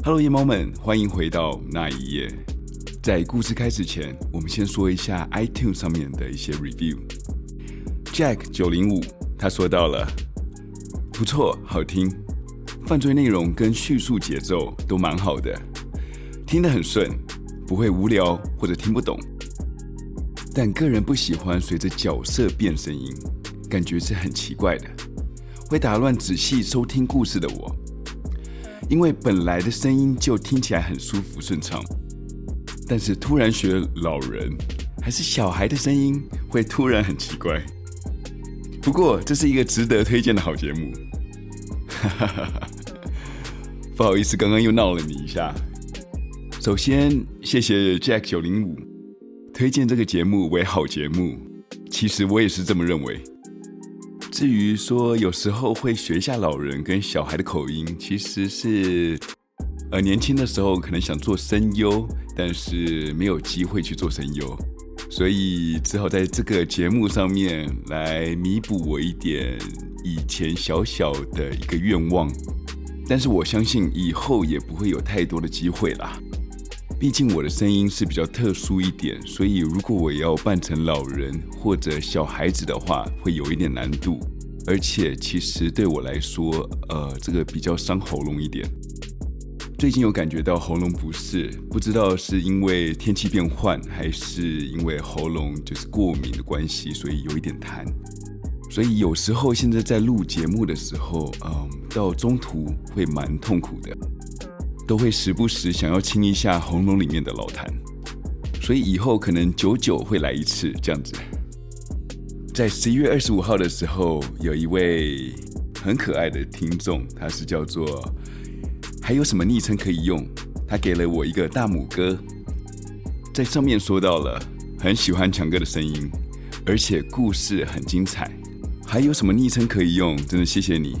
Hello， 夜猫们，欢迎回到那一夜。在故事开始前，我们先说一下 iTunes 上面的一些 review。Jack 905他说到了，不错，好听，犯罪内容跟叙述节奏都蛮好的，听得很顺，不会无聊或者听不懂。但个人不喜欢随着角色变声音，感觉是很奇怪的，会打乱仔细收听故事的我。因为本来的声音就听起来很舒服顺畅，但是突然学老人还是小孩的声音，会突然很奇怪。不过这是一个值得推荐的好节目。不好意思，刚刚又闹了你一下。首先谢谢 Jack 905推荐这个节目为好节目，其实我也是这么认为。至于说有时候会学一下老人跟小孩的口音，其实是年轻的时候可能想做声优，但是没有机会去做声优，所以只好在这个节目上面来弥补我一点以前小小的一个愿望。但是我相信以后也不会有太多的机会啦，毕竟我的声音是比较特殊一点，所以如果我要扮成老人或者小孩子的话，会有一点难度。而且其实对我来说，这个比较伤喉咙一点。最近有感觉到喉咙不适，不知道是因为天气变换，还是因为喉咙就是过敏的关系，所以有一点痰。所以有时候现在在录节目的时候，到中途会蛮痛苦的。都会时不时想要清一下喉咙里面的老痰，所以以后可能久久会来一次这样子。在11月25号的时候，有一位很可爱的听众，他是叫做还有什么昵称可以用，他给了我一个大拇哥，在上面说到了很喜欢强哥的声音，而且故事很精彩，还有什么昵称可以用，真的谢谢你，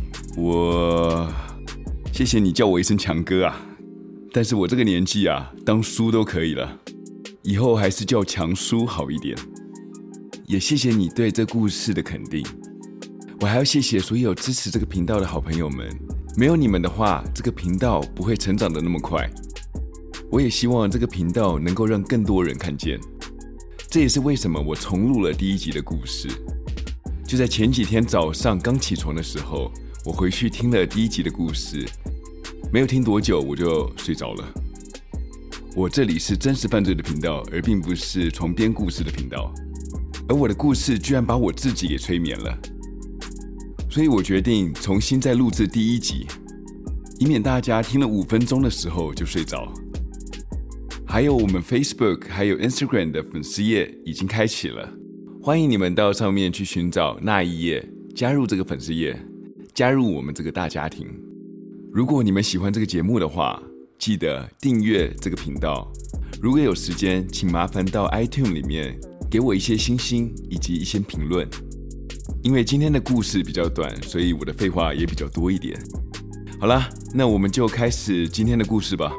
谢谢你叫我一声强哥啊。但是我这个年纪啊，当叔都可以了，以后还是叫强叔好一点。也谢谢你对这故事的肯定，我还要谢谢所有支持这个频道的好朋友们，没有你们的话，这个频道不会成长得那么快。我也希望这个频道能够让更多人看见，这也是为什么我重录了第1集的故事。就在前几天早上刚起床的时候，我回去听了第1集的故事，没有听多久我就睡着了。我这里是真实犯罪的频道，而并不是床边故事的频道，而我的故事居然把我自己给催眠了，所以我决定重新再录制第1集，以免大家听了5分钟的时候就睡着。还有我们 Facebook 还有 Instagram 的粉丝页已经开启了，欢迎你们到上面去寻找那一页，加入这个粉丝页，加入我们这个大家庭。如果你们喜欢这个节目的话，记得订阅这个频道。如果有时间，请麻烦到 iTunes 里面给我一些星星以及一些评论。因为今天的故事比较短，所以我的废话也比较多一点。好啦，那我们就开始今天的故事吧。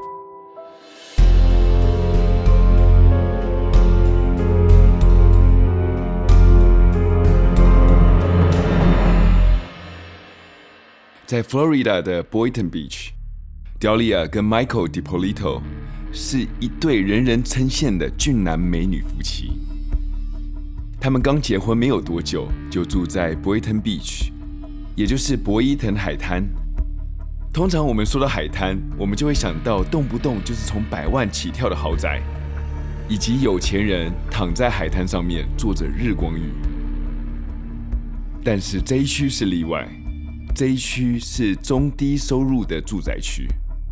在 Florida 的 Boynton Beach，Delia 跟 Michael DiPolito 是一对人人称羡的俊男美女夫妻。他们刚结婚没有多久，就住在 Boynton Beach， 也就是博伊滕海滩。通常我们说到海滩，我们就会想到动不动就是从100万起跳的豪宅，以及有钱人躺在海滩上面做着日光浴。但是这一区是例外，这一区是中低收入的住宅区。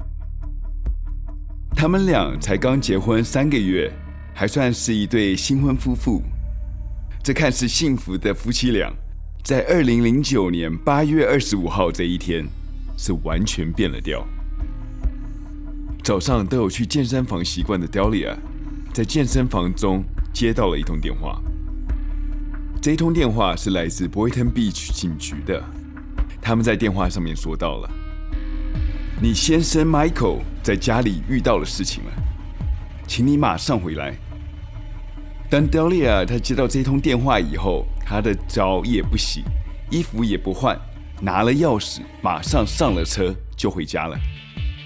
他们俩才刚结婚3个月，还算是一对新婚夫妇。这看似幸福的夫妻俩，在2009年8月25号这一天，是完全变了调。早上都有去健身房习惯的 Delia， 在健身房中接到了一通电话。这一通电话是来自 Boynton Beach 警局的。他们在电话上面说到了，你先生 Michael 在家里遇到了事情了，请你马上回来。当 Delia 她接到这通电话以后，她的澡也不洗，衣服也不换，拿了钥匙马上上了车就回家了。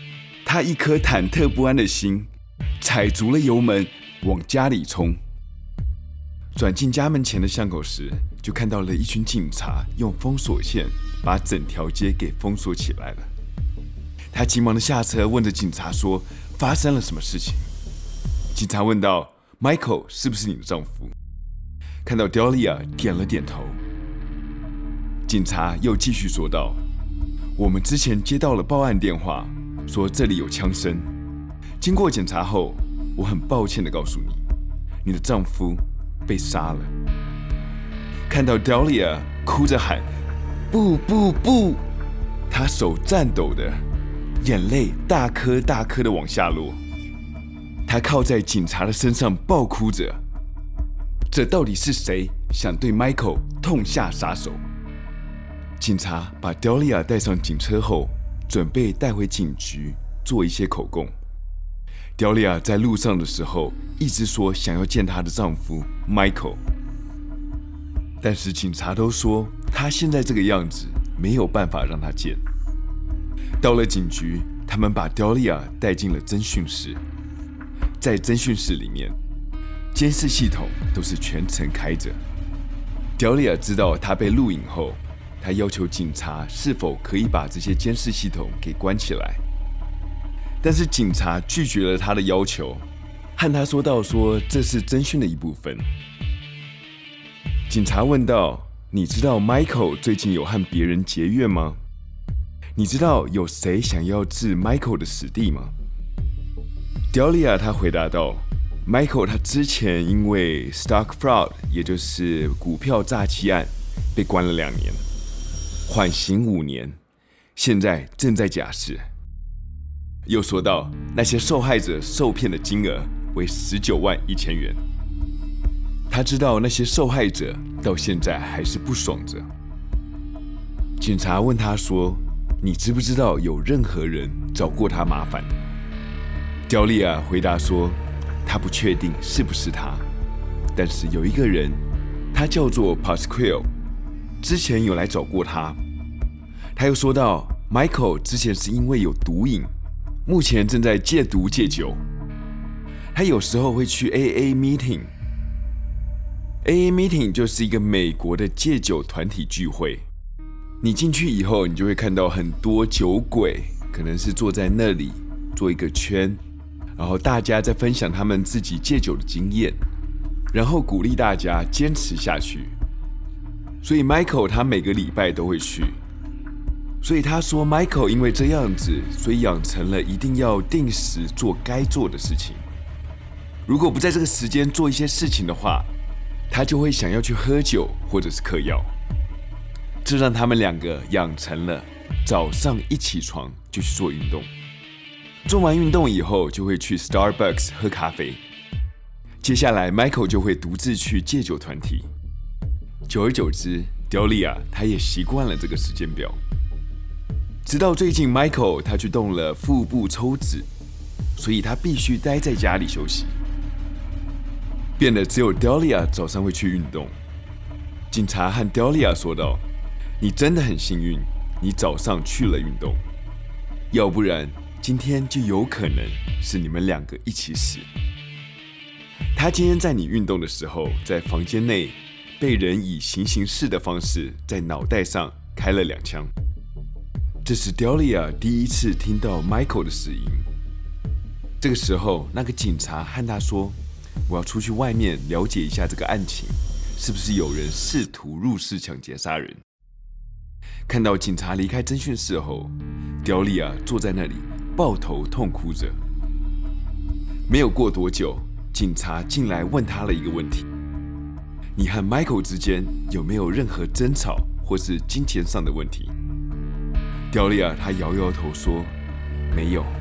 他一颗忐忑不安的心踩足了油门往家里冲。转进家门前的巷口时，就看到了一群警察用封锁线把整条街给封锁起来了。他急忙的下车，问着警察说发生了什么事情。警察问道 Michael 是不是你的丈夫？看到 Delia 点了点头。警察又继续说道，我们之前接到了报案电话，说这里有枪声。经过检查后，我很抱歉的告诉你，你的丈夫被杀了。看到 Delia 哭着喊不不不，她手颤抖的，眼泪大颗大颗的往下落。她靠在警察的身上爆哭着，这到底是谁想对 Michael 痛下杀手？警察把 Delia 带上警车后，准备带回警局做一些口供。Delia 在路上的时候一直说想要见她的丈夫 Michael， 但是警察都说她现在这个样子没有办法让她见。到了警局，他们把 Delia 带进了侦讯室。在侦讯室里面，监视系统都是全程开着。Delia 知道她被录影后，她要求警察是否可以把这些监视系统给关起来。但是警察拒绝了他的要求，和他说道说这是侦讯的一部分。警察问道，你知道 Michael 最近有和别人结怨吗？你知道有谁想要置 Michael 的死地吗？ Delia 他回答道， Michael 他之前因为 stock fraud 也就是股票诈欺案被关了2年，缓刑5年，现在正在假释。又说到那些受害者受骗的金额为19万1千元。他知道那些受害者到现在还是不爽着。警察问他说，你知不知道有任何人找过他麻烦？Delia 回答说，他不确定是不是他，但是有一个人，他叫做 Pasquale， 之前有来找过他。他又说到 Michael 之前是因为有毒瘾，目前正在戒毒戒酒。他有时候会去 AA meeting。AA meeting 就是一个美国的戒酒团体聚会。你进去以后，你就会看到很多酒鬼，可能是坐在那里做一个圈，然后大家在分享他们自己戒酒的经验，然后鼓励大家坚持下去。所以 Michael 他每个礼拜都会去。所以他说 Michael 因为这样子，所以养成了一定要定时做该做的事情。如果不在这个时间做一些事情的话，他就会想要去喝酒或者是嗑药。这让他们2个养成了早上一起床就去做运动，做完运动以后就会去 Starbucks 喝咖啡。接下来 Michael 就会独自去戒酒团体。久而久之 Delia 他也习惯了这个时间表。直到最近 Michael 他去动了腹部抽脂，所以他必须待在家里休息，变得只有 Delia 早上会去运动。警察和 Delia 说道，你真的很幸运，你早上去了运动，要不然今天就有可能是你们2个一起死。他今天在你运动的时候，在房间内被人以行刑式的方式在脑袋上开了2枪。这是 Delia 第一次听到 Michael 的死因。这个时候，那个警察和他说，我要出去外面了解一下这个案情，是不是有人试图入室抢劫杀人。看到警察离开侦讯室后， Delia 坐在那里抱头痛哭着。没有过多久，警察进来问他了一个问题，你和 Michael 之间有没有任何争吵或是金钱上的问题？Delia 他摇摇头说，没有。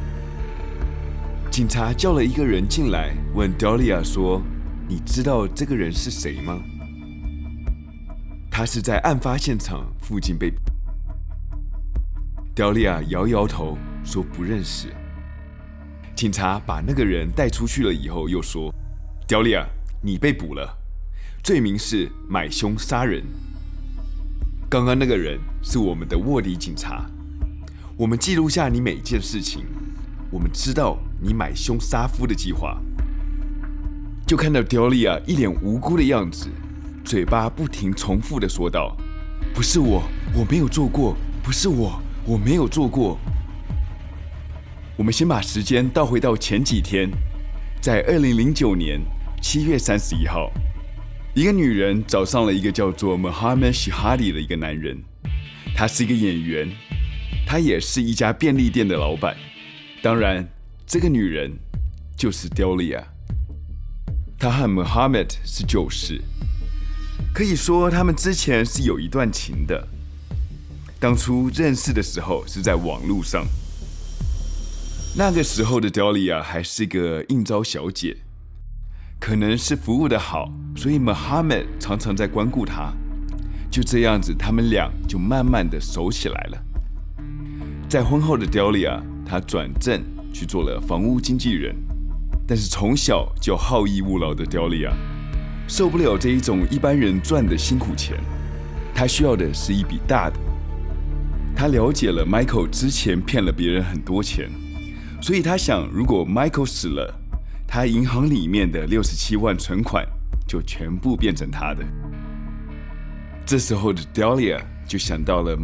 警察叫了一个人进来，问 Delia 说，你知道这个人是谁吗？他是在案发现场附近被。Delia 摇摇头说不认识。警察把那个人带出去了以后，又说 Delia 你被捕了，罪名是买凶杀人。刚刚那个人是我们的卧底警察，我们记录下你每件事情， 我们知道你买凶杀夫的计划。”就看到 Delia 一脸无辜的样子，嘴巴不停重复的说道：“不是我，我没有做过，不是我，我没有做过。”我们先把时间倒回到前几天，在2009年7月31号，一个女人找上了一个叫做 Mohammed Shihadi 的一个男人，他是一个演员，他也是一家便利店的老板。当然，这个女人就是 Delia。他和 Mohammed 是旧识，可以说他们之前是有一段情的。当初认识的时候是在网络上，那个时候的 Delia 还是个应召小姐，可能是服务的好，所以 Mohammed 常常在光顾她。就这样子，他们俩就慢慢的熟起来了。在婚后的 Delia， 她转正去做了房屋经纪人。但是从小就好逸恶劳的 Delia 受不了这一种一般人赚的辛苦钱，他需要的是一笔大的。他了解了 Michael 之前骗了别人很多钱，所以他想，如果 Michael 死了，他银行里面的67万存款就全部变成他的。这时候的 Delia 就想到了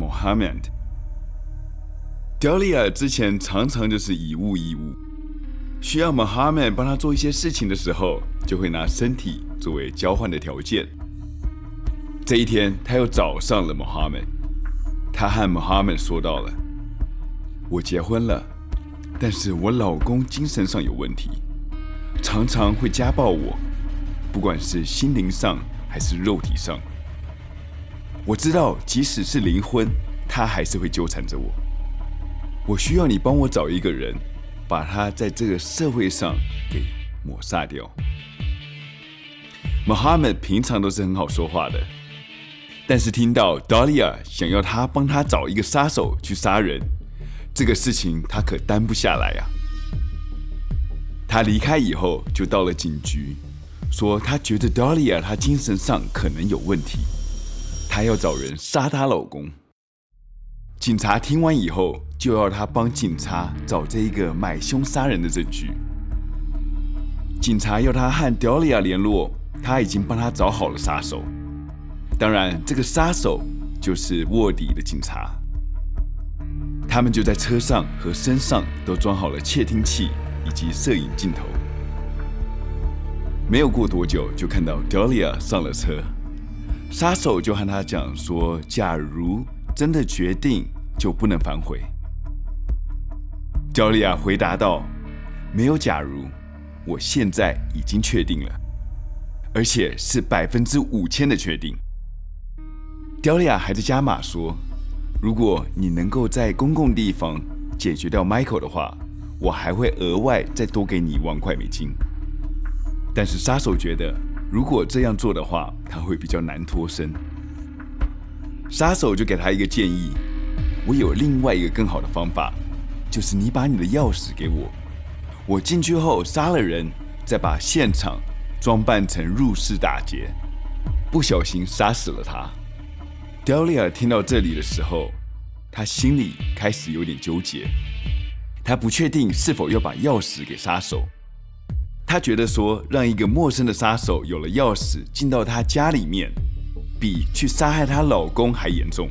Mohammed。Delia 之前常常就是以物易物，需要 Mohammed 帮他做一些事情的时候，就会拿身体作为交换的条件。这一天，他又找上了 Mohammed。他和 Mohammed 说到了：“我结婚了，但是我老公精神上有问题，常常会家暴我，不管是心灵上还是肉体上。我知道，即使是离婚，他还是会纠缠着我。我需要你帮我找一个人，把他在这个社会上给抹杀掉。” Mohammed 平常都是很好说话的，但是听到 Delia 想要他帮他找一个杀手去杀人，这个事情他可担不下来啊。他离开以后就到了警局，说他觉得 Delia 她精神上可能有问题，他要找人杀她老公。警察听完以后，就要他帮警察找这一个买凶杀人的证据。警察要他和 Delia 联络，他已经帮他找好了杀手。当然，这个杀手就是卧底的警察。他们就在车上和身上都装好了窃听器以及摄影镜头。没有过多久，就看到 Delia 上了车，杀手就和他讲说，假如真的决定，就不能反悔。Delia 回答道：“没有假如，我现在已经确定了，而且是5000%的确定。” Delia 还在加码说：“如果你能够在公共地方解决掉 Michael 的话，我还会额外再多给你1万块美金。”但是杀手觉得，如果这样做的话，他会比较难脱身。杀手就给他一个建议：“我有另外一个更好的方法，就是你把你的钥匙给我，我进去后杀了人，再把现场装扮成入室大劫，不小心杀死了他。” Delia 听到这里的时候，他心里开始有点纠结，他不确定是否要把钥匙给杀手。他觉得说，让一个陌生的杀手有了钥匙进到他家里面，比去杀害她老公还严重。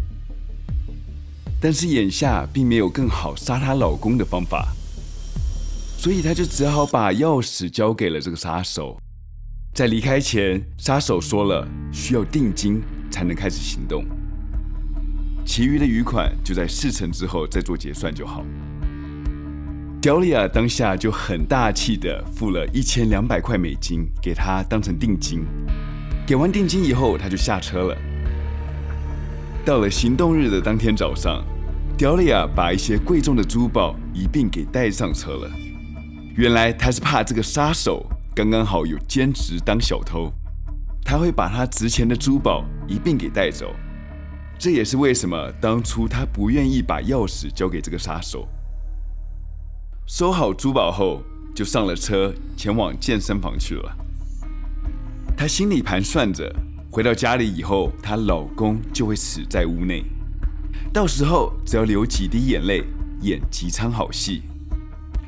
但是眼下并没有更好杀她老公的方法，所以他就只好把钥匙交给了这个杀手。在离开前，杀手说了需要定金才能开始行动，其余的余款就在事成之后再做结算就好。Delia 当下就很大气的付了1200块美金给他当成定金。给完定金以后，他就下车了。到了行动日的当天早上， Delia 把一些贵重的珠宝一并给带上车了。原来他是怕这个杀手刚刚好有兼职当小偷，他会把他值钱的珠宝一并给带走。这也是为什么当初他不愿意把钥匙交给这个杀手。收好珠宝后，就上了车前往健身房去了。她心里盘算着，回到家里以后，她老公就会死在屋内，到时候只要流几滴眼泪，演几场好戏，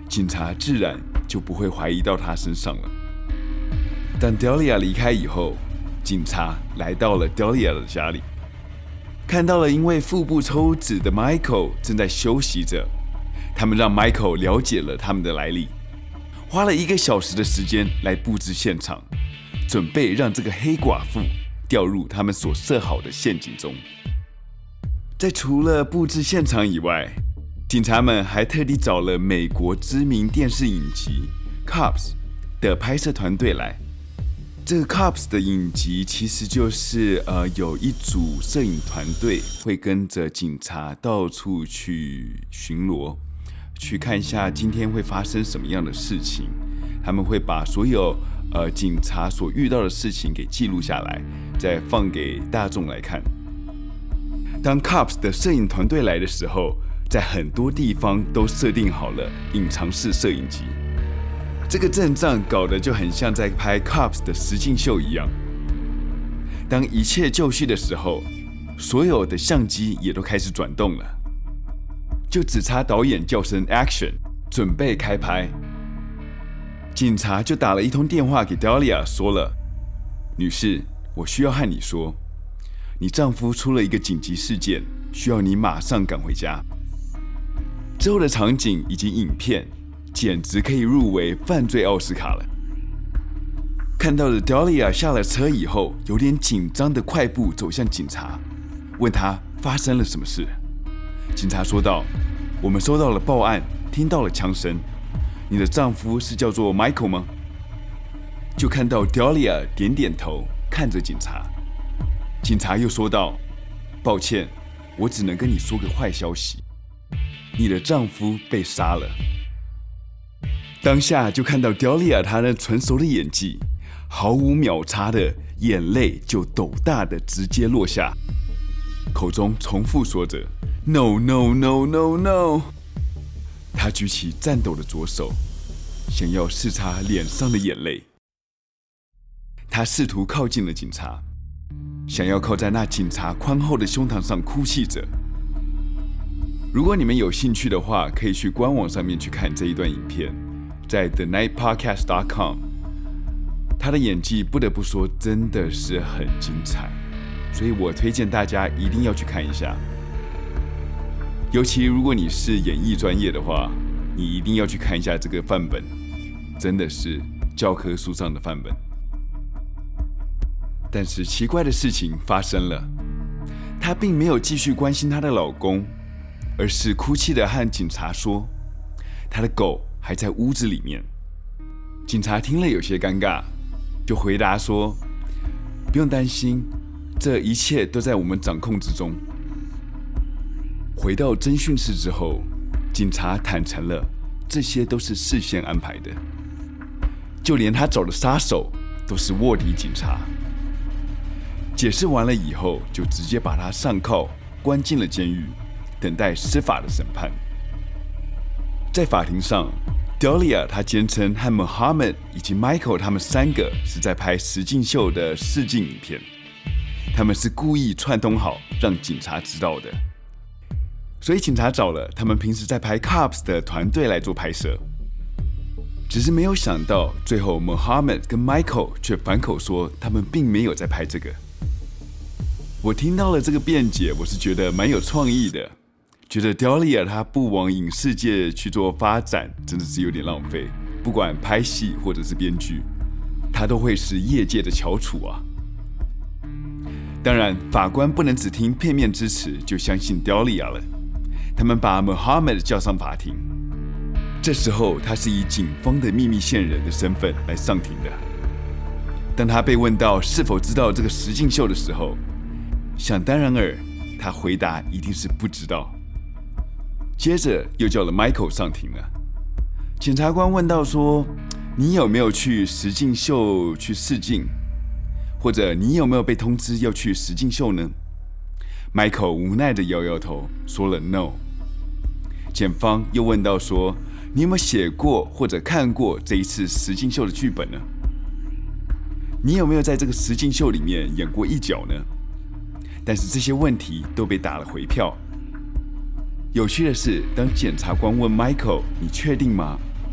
警察自然就不会怀疑到他身上了。当 Delia 离开以后，警察来到了 Delia 的家里，看到了因为腹部抽脂的 Michael 正在休息着。他们让 Michael 了解了他们的来历，花了1个小时的时间来布置现场，准备让这个黑寡妇掉入他们所设好的陷阱中。在除了布置现场以外，警察们还特地找了美国知名电视影集 Cops 的拍摄团队来。这个 Cops 的影集其实就是有一组摄影团队会跟着警察到处去巡逻，去看一下今天会发生什么样的事情。他们会把所有警察所遇到的事情给记录下来，再放给大众来看。当 Cops 的摄影团队来的时候，在很多地方都设定好了隐藏式摄影机。这个阵仗搞得就很像在拍 Cops 的实境秀一样。当一切就绪的时候，所有的相机也都开始转动了，就只差导演叫声 Action， 准备开拍。警察就打了一通电话给 Delia， 说了：“女士，我需要和你说，你丈夫出了一个紧急事件，需要你马上赶回家。”之后的场景以及影片简直可以入围犯罪奥斯卡了。看到了 Delia 下了车以后，有点紧张的快步走向警察，问他发生了什么事。警察说道：“我们收到了报案，听到了枪声。你的丈夫是叫做 Michael 吗？”就看到 Delia 点点头，看着警察。警察又说道：“抱歉，我只能跟你说个坏消息，你的丈夫被杀了。”当下就看到 Delia 她那纯熟的演技，毫无秒差的眼泪就斗大的直接落下，口中重复说着 No no no no no。 她举起颤抖的左手，想要拭擦脸上的眼泪。她试图靠近了警察，想要靠在那警察宽厚的胸膛上哭泣着。如果你们有兴趣的话，可以去官网上面去看这一段影片，在 thenightpodcast.com。 他的演技不得不说真的是很精彩，所以我推荐大家一定要去看一下。尤其如果你是演艺专业的话，你一定要去看一下这个范本，真的是教科书上的范本。但是奇怪的事情发生了，她并没有继续关心她的老公，而是哭泣地和警察说她的狗还在屋子里面。警察听了有些尴尬，就回答说：“不用担心，这一切都在我们掌控之中。”回到侦讯室之后，警察坦诚了，这些都是事先安排的，就连他找的杀手都是卧底警察。解释完了以后，就直接把他上铐，关进了监狱，等待司法的审判。在法庭上， Delia 她坚称和 Mohammed 以及 Michael 他们3个是在拍实境秀的试镜影片，他们是故意串通好让警察知道的。所以警察找了他们平时在拍 Cops 的团队来做拍摄，只是没有想到最后 Mohammed 跟 Michael 却反口说他们并没有在拍这个。我听到了这个辩解，我是觉得蛮有创意的，觉得 Delia 她不往影视界去做发展真的是有点浪费，不管拍戏或者是编剧，她都会是业界的翘楚啊。当然法官不能只听片面之词就相信 Delia 了，他们把 Mohammed 叫上法庭。这时候他是以警方的秘密线人的身份来上庭的。当他被问到是否知道这个实境秀的时候，想当然尔，他回答一定是不知道。接着又叫了 Michael 上庭了。检察官问到说：“你有没有去实境秀去试镜？或者你有没有被通知要去实境秀呢？” Michael 无奈的摇摇头，说了 No。 检方又问到说：“你有没有写过或者看过这一次实境秀的剧本呢？你有没有在这个实境秀里面演过一角呢？”但是这些问题都被打了回票。有趣的是，当检察官问 Michael 你确定吗？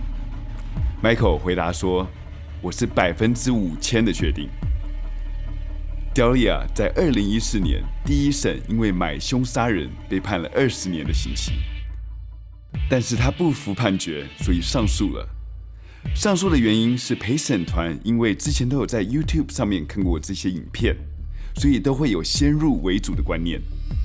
Michael 回答说：“我是5000%的确定。” Delia 在2014年第一审因为买凶杀人被判了20年的刑期，但是他不服判决，所以上诉了。上诉的原因是陪审团因为之前都有在 YouTube 上面看过这些影片，所以都会有先入为主的观念。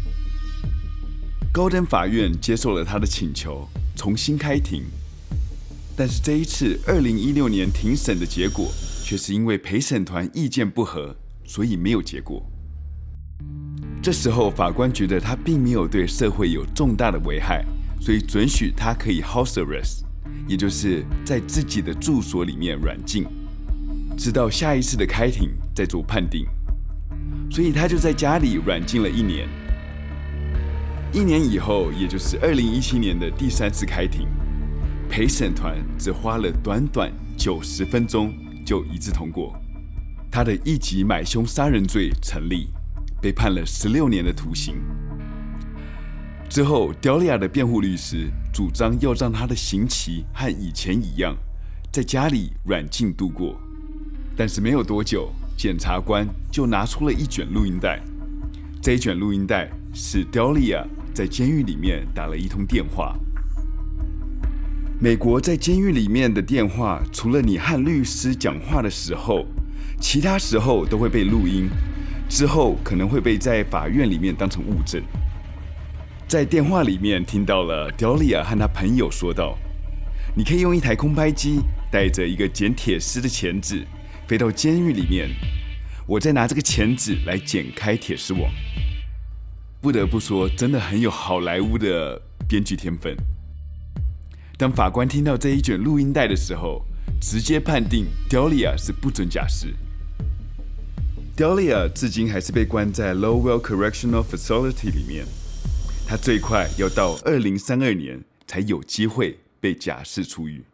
高等法院接受了他的请求，重新开庭。但是这一次2016年庭审的结果却是因为陪审团意见不合，所以没有结果。这时候法官觉得他并没有对社会有重大的危害，所以准许他可以 house arrest， 也就是在自己的住所里面软禁，直到下一次的开庭再做判定。所以他就在家里软禁了1年。1年以后，也就是2017年的第3次开庭，陪审团只花了短短90分钟就一致通过，他的一级买凶杀人罪成立，被判了16年的徒刑。之后 Delia 的辩护律师主张要让他的刑期和以前一样，在家里软禁度过。但是没有多久，检察官就拿出了一卷录音带。这一卷录音带是 Delia 在监狱里面打了一通电话。美国在监狱里面的电话，除了你和律师讲话的时候，其他时候都会被录音，之后可能会被在法院里面当成物证。在电话里面听到了 Delia 和他朋友说道：“你可以用一台空拍机，带着一个剪铁丝的钳子，飞到监狱里面，我再拿这个钳子来剪开铁丝网。”不得不说，真的很有好莱坞的编剧天分。当法官听到这一卷录音带的时候，直接判定 Delia 是不准假释。Delia 至今还是被关在 Lowell Correctional Facility 里面，他最快要到2032年才有机会被假释出狱。